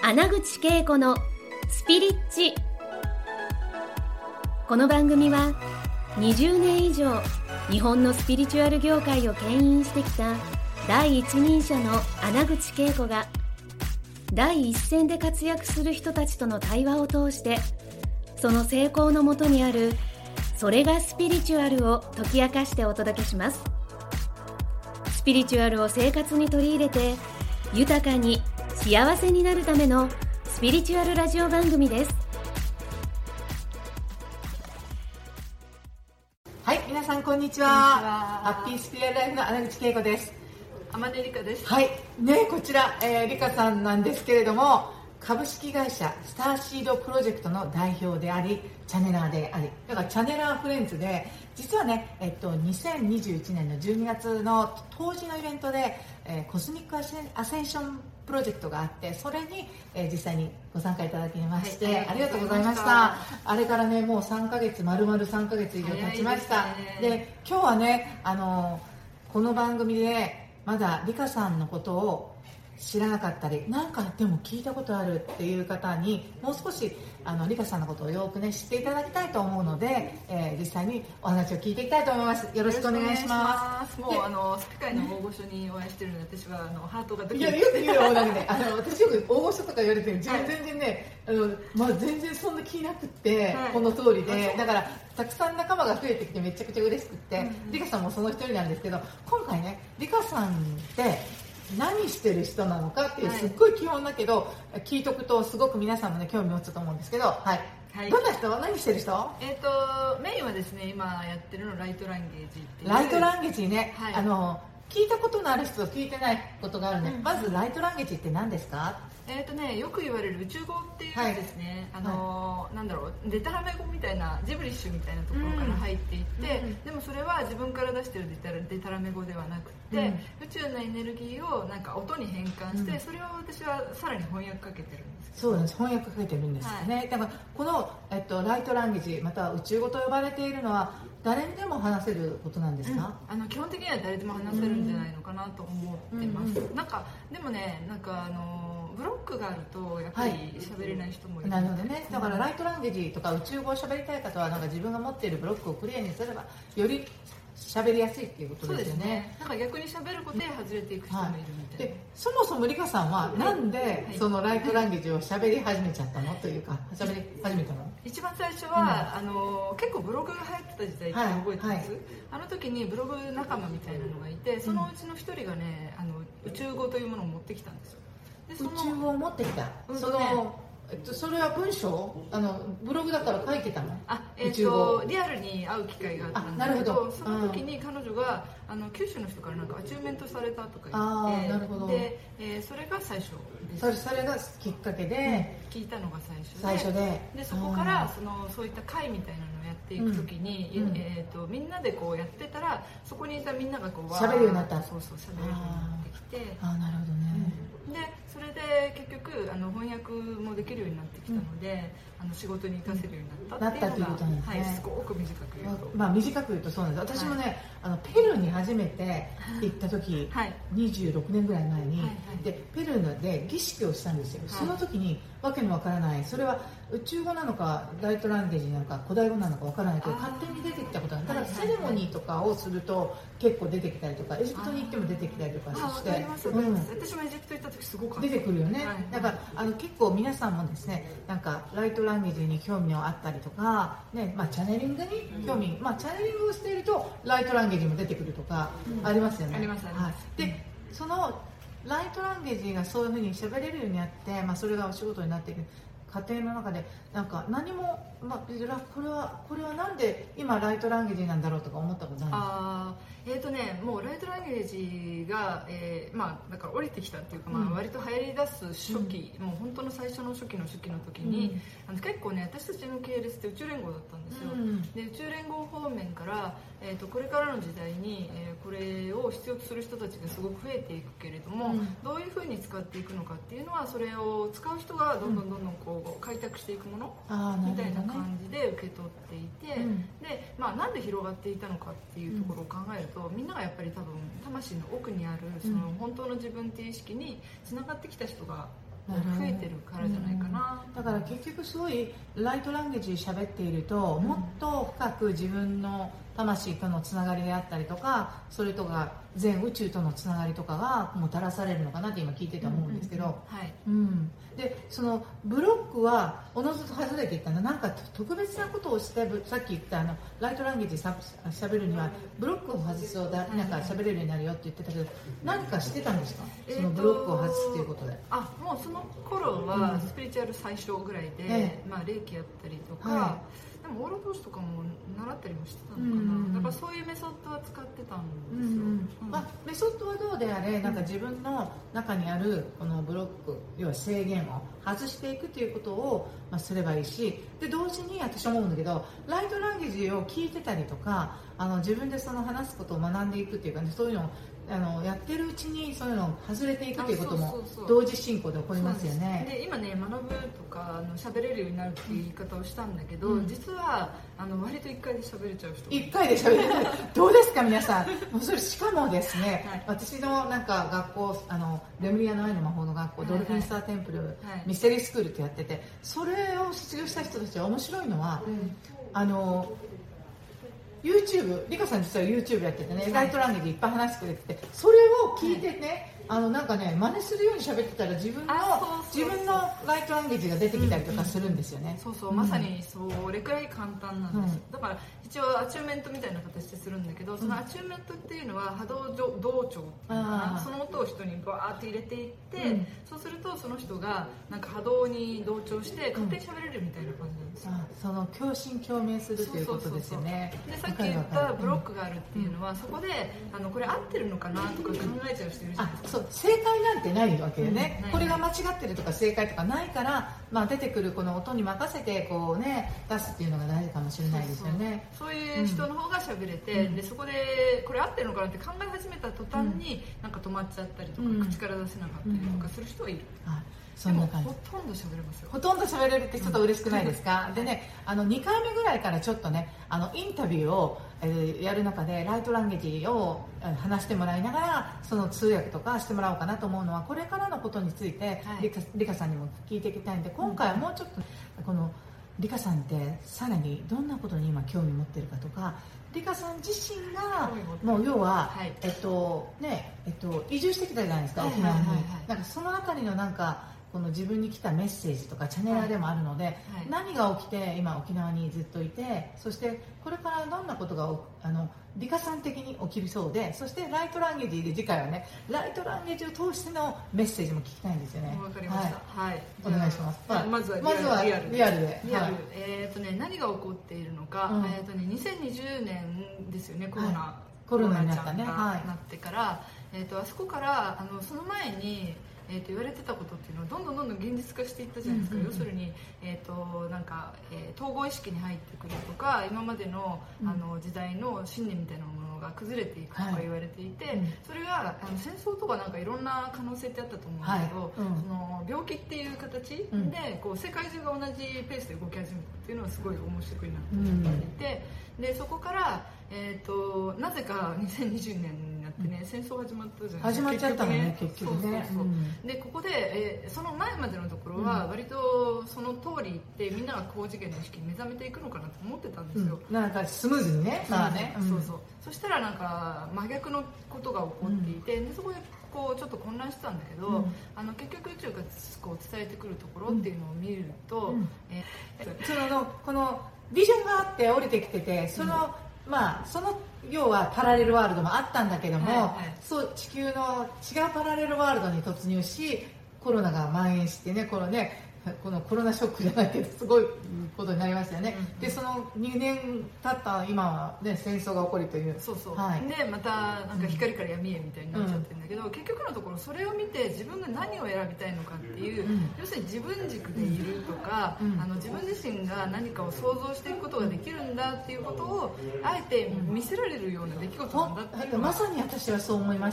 穴口恵子のスピリッチ。この番組は20年以上日本のスピリチュアル業界を牽引してきた第一人者の穴口恵子が第一線で活躍する人たちとの対話を通して、その成功のもとにあるそれがスピリチュアルを解き明かしてお届けします。スピリチュアルを生活に取り入れて豊かに幸せになるためのスピリチュアルラジオ番組です。 はい、皆さんこんにちは。ハッピースピリアルライフの穴口恵子です。 天音理香です。 はい、ね、こちら、理香さんなんですけれども、株式会社スターシードプロジェクトの代表であり、チャネラーであり、だからチャネラーフレンズで、実はね、2021年の12月の当時のイベントで、コスミックアセンションプロジェクトがあって、それに、実際にご参加いただきまして、はい、ありがとうございました。あれからね、もう3ヶ月、丸々3ヶ月以上経ちました。で、今日はね、この番組でまだ理香さんのことを知らなかったり、なんかでも聞いたことあるっていう方にもう少し理香さんのことをよくね知っていただきたいと思うので、実際にお話を聞いていきたいと思います。よろしくお願いします。 もうスピ会の大御所にお会いしてるので、私はハートがドキドキ。 いや、よく言うよ、なんかね、私よく大御所とか言われてる、全然ね、全然そんな気なくって、はい、この通りで、だからたくさん仲間が増えてきてめちゃくちゃ嬉しくって、理香さんもその一人なんですけど、今回ね、理香さんって何してる人なのかっていう、すっごい基本だけど、聞いとくとすごく皆さんもね興味持つと思うんですけど、はい、どんな人、何してる人？ メインはですね、今やってるのライトランゲージっていう。 ライトランゲージね、はい、聞いたことのある人と聞いてないことがあるね、まずライトランゲージって何ですか？ よく言われる宇宙語っていうやつですね、なんだろう、デタラメ語みたいな、ジブリッシュみたいなところから入っていって、でもそれは自分から出してるデタラメ語ではなくて、宇宙のエネルギーをなんか音に変換して、それを私はさらに翻訳かけてるんです。 そうなんです、翻訳かけてるんですよね、だからこの、ライトランゲージ、または宇宙語と呼ばれているのは誰にでも話せることなんですか？ 基本的には誰でも話せるんじゃないのかなと思ってます。なんかでもね、なんかブロックがあるとやっぱり喋れない人もいる、 なるほどね。だからライトランゲージとか宇宙語を喋りたい方は、なんか自分が持っているブロックをクリアにすればより喋りやすいっていうことですよね。 そうですね。なんか逆に喋ることで外れていく人もいるみたいな。 で、そもそも理香さんはなんでそのライトランゲージを喋り始めちゃったのというか、喋り始めたの？ 一番最初は、結構ブログが流行ってた時代って覚えてます？あの時にブログ仲間みたいなのがいて、そのうちの一人がね、宇宙語というものを持ってきたんですよ。 宇宙語を持ってきた。それは文章、ブログだから書いてたの？ リアルに会う機会があったんだけど、その時に彼女が九州の人からなんかアチューメントされたとか言って、 なるほど。 で、それが最初です。それがきっかけで、 聞いたのが最初で、そこからそういった会みたいなのをやっていく時に、みんなでこうやってたら、そこにいたみんながこう喋るようになった。 そうそう、喋るようになってきて、 なるほどね。 でそれで結局翻訳もできるようになってきたので、仕事に活かせるようになったっていうのが、すごく短く言うと、 短く言うとそうなんです。私もね、ペルーに初めて行った時、26年ぐらい前に、でペルーで儀式をしたんですよ。その時にわけのわからない、それは宇宙語なのかライトランゲージなのか古代語なのかわからないけど、勝手に出てきたことなんだから、セレモニーとかをすると結構出てきたりとか、エジプトに行っても出てきたりとかして、 私もエジプト行った時すごく出てくるよね。だから結構皆さんもですね、なんかライトランゲージに興味があったりとか、ね、チャネリングに興味、チャネリングをしているとライトランゲージも出てくるとかありますよね。 あります。 で、そのライトランゲージがそういうふうに喋れるようになって、それがお仕事になっていく過程の中で、なんか何も、これはなんで今ライトランゲージなんだろうとか思ったことないですか？ もうライトランゲージが、だから降りてきたっていうか、割と流行り出す初期、もう本当の最初の初期の時に、結構ね、私たちの系列って宇宙連合だったんですよ。で、宇宙連合方面から、これからの時代に、これを必要とする人たちがすごく増えていくけれども、どういうふうに使っていくのかっていうのは、それを使う人がどんどんこう開拓していくものみたいな感じで受け取っていて、で、なんで広がっていたのかっていうところを考えると、みんながやっぱり多分魂の奥にあるその本当の自分っていう意識につながってきた人が増えてるからじゃないかな。 だから結局すごいライトランゲージ喋っていると、もっと深く自分の魂とのつながりであったりとか、それとか全宇宙とのつながりとかがもたらされるのかなって今聞いてて思うんですけど、 はい、 でそのブロックはおのずと外れていったの、なんか特別なことをして、さっき言ったライトランゲージしゃべるにはブロックを外すとなんか喋れるようになるよって言ってたけど、何かしてたんですか、そのブロックを外すっていうことで。 もうその頃はスピリチュアル最初ぐらいで、霊気やったりとか、でもオーロ投資とかも習ったりもしてたのかな、だからそういうメソッドは使ってたんですよ。 メソッドはどうであれ、なんか自分の中にあるこのブロック、要は制限を外していくということを、すればいいし、で同時に私は思うんだけど、ライトランゲージを聞いてたりとか、自分でその話すことを学んでいくっていうか、そういうのをやってるうちにそういうのを外れていくということも同時進行で起こりますよね。 で今ね、学ぶとか喋れるようになるっていう言い方をしたんだけど、実は割と1回で喋れちゃう人、 1回で喋れるどうですか皆さん。もうそれしかもですね、私のなんか学校、レムリアの愛の魔法の学校、ドルフィンスターテンプル、ミステリースクールってやってて、それを卒業した人たちは面白いのは、YouTube、リカさん実は YouTube やっててね、ライトランゲージいっぱい話してくれてて、それを聞いてね、なんかね、真似するように喋ってたら自分のライトランゲージが出てきたりとかするんですよね。 まさにそれくらい簡単なんです、だから一応アチューメントみたいな形でするんだけど、そのアチューメントっていうのは波動同調っていうのかな、その音を人にバーって入れていって、そうするとその人がなんか波動に同調して勝手に喋れるみたいな感じなんですよ。 その共振共鳴するということですよね。 でさっき言ったブロックがあるっていうのは、そこでこれ合ってるのかなとか考えちゃう人いるじゃないですか。 正解なんてないわけよね、これが間違ってるとか正解とかないから、出てくるこの音に任せてこう、ね、出すっていうのが大事かもしれないですよね。 そういう人の方が喋れて、でそこでこれ合ってるのかなって考え始めた途端に、なんか止まっちゃったりとか、口から出せなかったりとかする人はいる。 そんな感じ。 ほとんど喋れますよ。 ほとんど喋れるってちょっと嬉しくないですか。でね、2回目ぐらいからちょっとね、インタビューを、やる中でライトランゲージを話してもらいながら、その通訳とかしてもらおうかなと思うのは、これからのことについて、リカさんにも聞いていきたいんで、今回はもうちょっとこのリカさんってさらにどんなことに今興味持ってるかとか、リカさん自身がもう要は、移住してきたじゃないですか、沖縄に。なんかそのあたりのなんかこの自分に来たメッセージとかチャネラーでもあるので、何が起きて今沖縄にずっといて、そしてこれからどんなことがリカさん的に起きるそうで、そしてライトランゲージで次回はね、ライトランゲージを通してのメッセージも聞きたいんですよね。 わかりました。 お願いします。 まずはリアルで。 何が起こっているのか、2020年ですよね、コロナになったね。 なってから、あそこからその前に言われてたことっていうのはどんどん現実化していったじゃないですか。要するに、なんか、統合意識に入ってくるとか、今までの、時代の信念みたいなものが崩れていくとか言われていて、それが戦争とかなんかいろんな可能性ってあったと思うんだけど、その病気っていう形で、こう世界中が同じペースで動き始めたっていうのはすごい面白いなと思っていて、でそこから、なぜか2020年になってね、戦争始まったじゃないですか。 始まっちゃったのね、結局ね。 でここで、その前までのところは割とその通り言ってみんなが高次元の意識に目覚めていくのかなと思ってたんですよ。 なんかスムーズにね。 そしたらなんか真逆のことが起こっていて、でそこでこうちょっと混乱してたんだけど、結局宇宙がこう伝えてくるところっていうのを見ると、 このビジョンがあって降りてきてて、その要はパラレルワールドもあったんだけども、そう地球の違うパラレルワールドに突入し、コロナが蔓延してね、このコロナショックじゃないけどすごいことになりましたよね。でその2年経った今は、ね、戦争が起こりという。 でまたなんか光から闇へみたいになっちゃってるんだけど、結局のところそれを見て自分が何を選びたいのかっていう、要するに自分軸でいるとか、自分自身が何かを想像していくことができるんだっていうことをあえて見せられるような出来事なんだっていうのまさに私はそう思います。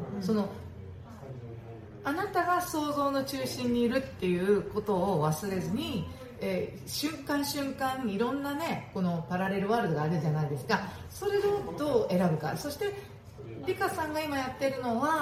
あなたが想像の中心にいるっていうことを忘れずに、瞬間瞬間いろんなね、このパラレルワールドがあるじゃないですか。それをどう選ぶか。そしてリカさんが今やってるのは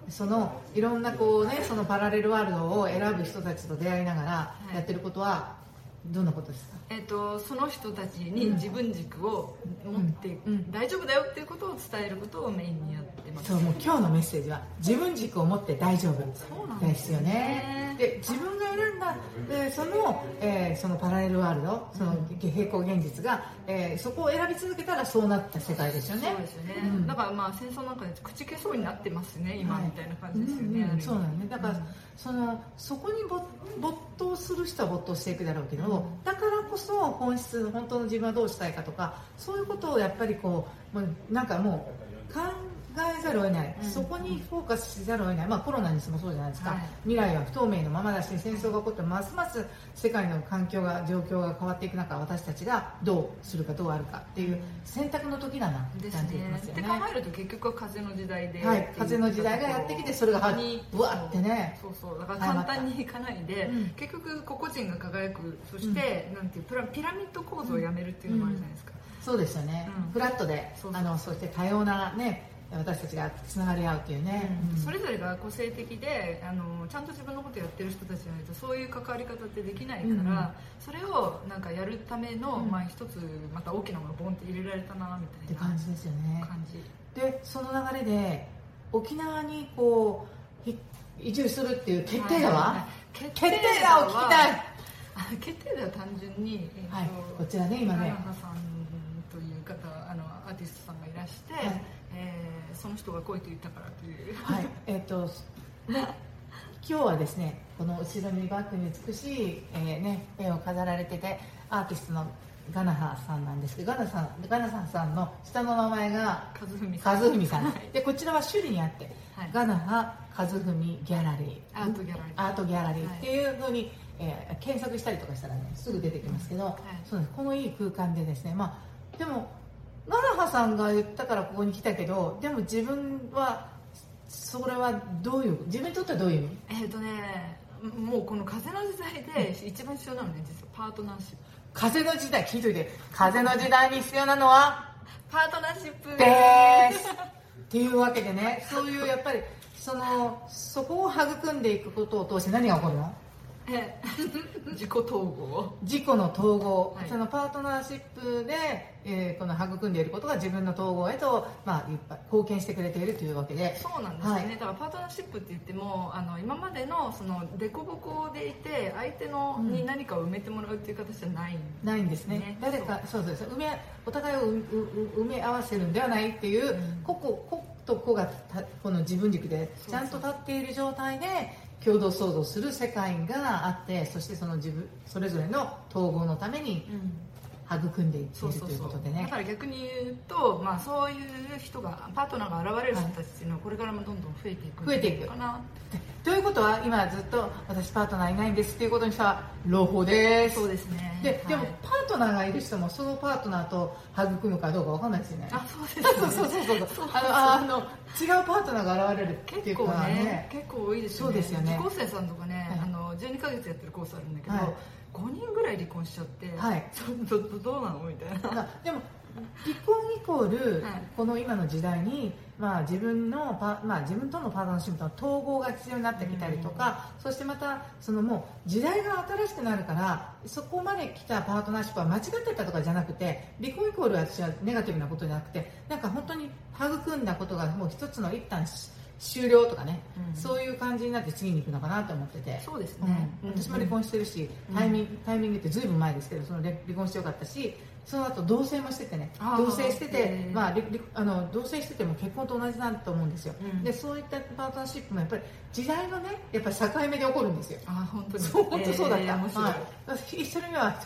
そのいろんなこうねそのパラレルワールドを選ぶ人たちと出会いながらやってることはどんなことですか？ その人たちに自分軸を持って大丈夫だよっていうことを伝えることをメインにやってます。 そう、もう今日のメッセージは自分軸を持って大丈夫ですよね。で自分が選んだそのパラレルワールド、その平行現実が、そこを選び続けたらそうなった世界ですよね。 そうですよね、だからまあ戦争なんかで口消そうになってますね今、みたいな感じですよね、 そうなんね。だから、そこに没頭する人は没頭していくだろうけど、だからこそ本当の自分はどうしたいかとか、そういうことをやっぱりこうなんかもう考えざるを得ない、そこにフォーカスしざるを得ない、コロナにしてもそうじゃないですか、未来は不透明のままだし、戦争が起こってますます世界の状況が変わっていく中、私たちがどうするかどうあるかっていう選択の時だなって感じますよね。 って考えると結局は風の時代で、 風の時代がやってきて、それがうわってね、 そうだから簡単にいかないで、結局個々人が輝く、そして、なんていうピラミッド構造をやめるっていうのもあるじゃないですか。 そうですよね、フラットでそして多様なね私たちがつながり合うっていうね、 それぞれが個性的でちゃんと自分のことやってる人たちじゃないとそういう関わり方ってできないから、それをなんかやるための、一つまた大きなものをボンって入れられたなみたいな感じですよね。 でその流れで沖縄にこう移住するっていう決定打は、決定打を聞きたい。 決定打は単純に、 こちらね今ねガナハさんという方アーティストさんがいらして、その人が来いと言ったからという今日はですね、この後ろにバックに美しい、絵を飾られてて、アーティストのガナハさんなんですけど、ガナハさんの下の名前が和文さんで、こちらは首里にあって、ガナハ和文ギャラリー、アートギャラリーっていうふうに、検索したりとかしたらねすぐ出てきますけど、そうです。このいい空間でですね、でもガナハさんが言ったからここに来たけど、でも自分はそれは自分にとってはどういう意味？ もうこの風の時代で一番必要なのね、実はパートナーシップ。 風の時代、聞いといて、風の時代に必要なのはパートナーシップですっていうわけでね、そういうやっぱりそこを育んでいくことを通して何が起こるの？ 自己統合、 自己の統合、そのパートナーシップで、この育んでいることが自分の統合へと、貢献してくれているというわけで。 そうなんですよね、だからパートナーシップって言っても今までのその凸凹でいて相手に何かを埋めてもらうっていう形じゃないんですね。誰かそうです、お互いを埋め合わせるんではないっていう、個と個がこの自分軸でちゃんと立っている状態で共同創造する世界があって、そしてそれぞれの統合のために育んでいっているということでね。 だから逆に言うと、そういう人がパートナーが現れる人たちっていうのはこれからもどんどん増えていくかな。 ということは今ずっと私パートナーいないんですっていうことにしたら朗報です。 そうですね。 でもパートナーがいる人もそのパートナーと育むかどうかわかんないですよね。 そうですね。 そう違うパートナーが現れるっていうかね。 結構多いですよね。そうですよね。受講生さんとかね、12ヶ月やってるコースあるんだけど、5人ぐらい離婚しちゃって、ちょっとどうなのみたいな。でも離婚イコール、この今の時代に、自分とのパートナーシップとの統合が必要になってきたりとか、そしてまたもう時代が新しくなるから、そこまで来たパートナーシップは間違ってたとかじゃなくて、離婚イコール私はネガティブなことじゃなくて、なんか本当に育んだことがもう一つの一旦終了とかね、そういう感じになって次に行くのかなと思ってて。 そうですね、 私も離婚してるし、タイミングってずいぶん前ですけど、離婚してよかったし、その後同棲もしててね、同棲してて、同棲してても結婚と同じだと思うんですよ、でそういったパートナーシップもやっぱり時代のね、やっぱり境目で起こるんですよ。 本当に本当そうだった、一人目は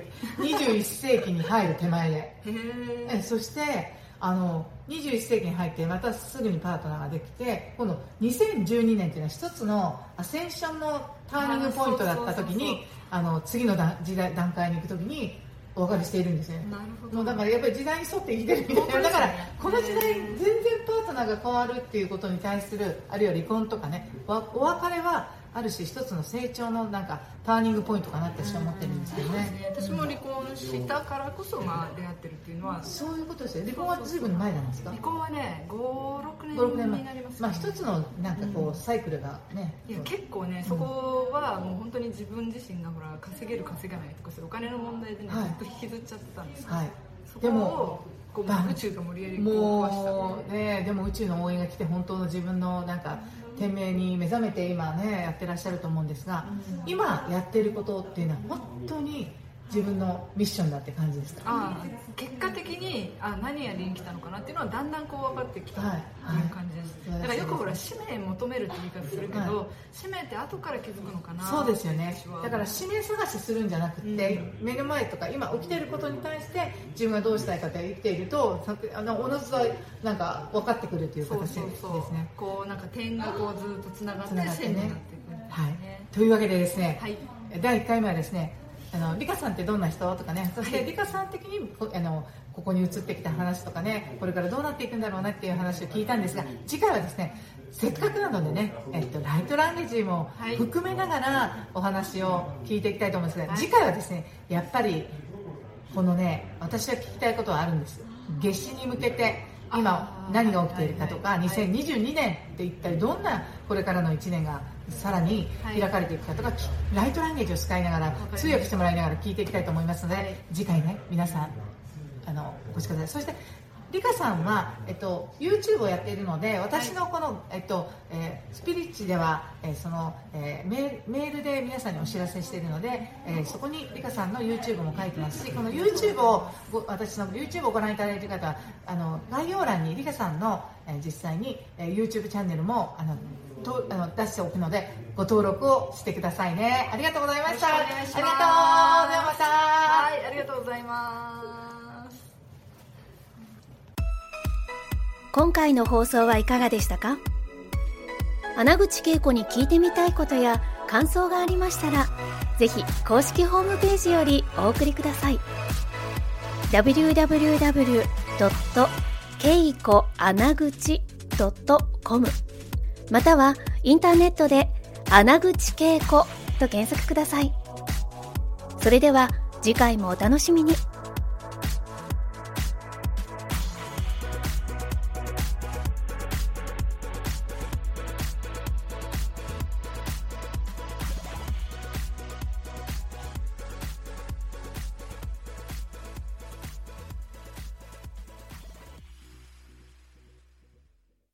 21世紀に入る手前でそして21世紀に入ってまたすぐにパートナーができて、今度2012年っていうのは一つのアセンションのターニングポイントだった時に、次の段階に行く時にお別れしているんですね。 なるほど。 もうだからやっぱり時代に沿って生きてるみたいな。だからこの時代全然パートナーが変わるっていうことに対する、あるいは離婚とかね、お別れはある種一つの成長のなんかターニングポイントかなって私は思ってるんですけどね。 私も離婚したからこそまあ出会ってるっていうのはそういうことですよ。離婚は随分前なんですか？ 離婚はね5、6年になります、ね。 まあ一つのなんかこうサイクルがね。 いや結構ね、そこはもう本当に自分自身がほら稼げる稼がないとかそういうお金の問題でね、ずっと引きずっちゃってたんですよ。はい。そこをこう宇宙と無理やりもうね、でも宇宙の応援が来て本当の自分のなんか天命に目覚めて今ねやってらっしゃると思うんですが、今やっていることっていうのは本当に自分のミッションだって感じですか？ 結果的に何やりに来たのかなっていうのはだんだんこう分かってきたっていう感じです、だからよくほら使命求めるって言い方するけど、使命って後から気づくのかな。 そうですよね。だから使命探しするんじゃなくて、目の前とか今起きていることに対して自分がどうしたいかって生きているとおのずとなんか分かってくるという形ですね。 こうなんか点がこうずっとつながって線になっていく、 はい、というわけでですね、第1回目はですねリカさんってどんな人とかね、そしてリカさん的にここに移ってきた話とかね、これからどうなっていくんだろうなっていう話を聞いたんですが、次回はですねせっかくなのでね、ライトランゲージも含めながらお話を聞いていきたいと思うんですが、次回はですねやっぱりこのね私は聞きたいことはあるんです。夏至に向けて今何が起きているかとか、2022年って一体どんなこれからの1年がさらに開かれていくかとか、ライトランゲージを使いながら通訳してもらいながら聞いていきたいと思いますので、次回ね皆さんお越しください。そしてリカさんは、YouTube をやっているので、私のこの、スピリッチでは、メールで皆さんにお知らせしているので、そこにリカさんの YouTube も書いてますし、この YouTube を私の YouTube をご覧いただいている方は概要欄にリカさんの、実際に、YouTube チャンネルも出しておくのでご登録をしてくださいね。ありがとうございました。 ありがとう。ではまた。 はい、ありがとうございます。 今回の放送はいかがでしたか？穴口恵子に聞いてみたいことや感想がありましたら、ぜひ公式ホームページよりお送りください。www.keikoanaguchi.com またはインターネットで穴口恵子と検索ください。それでは次回もお楽しみに。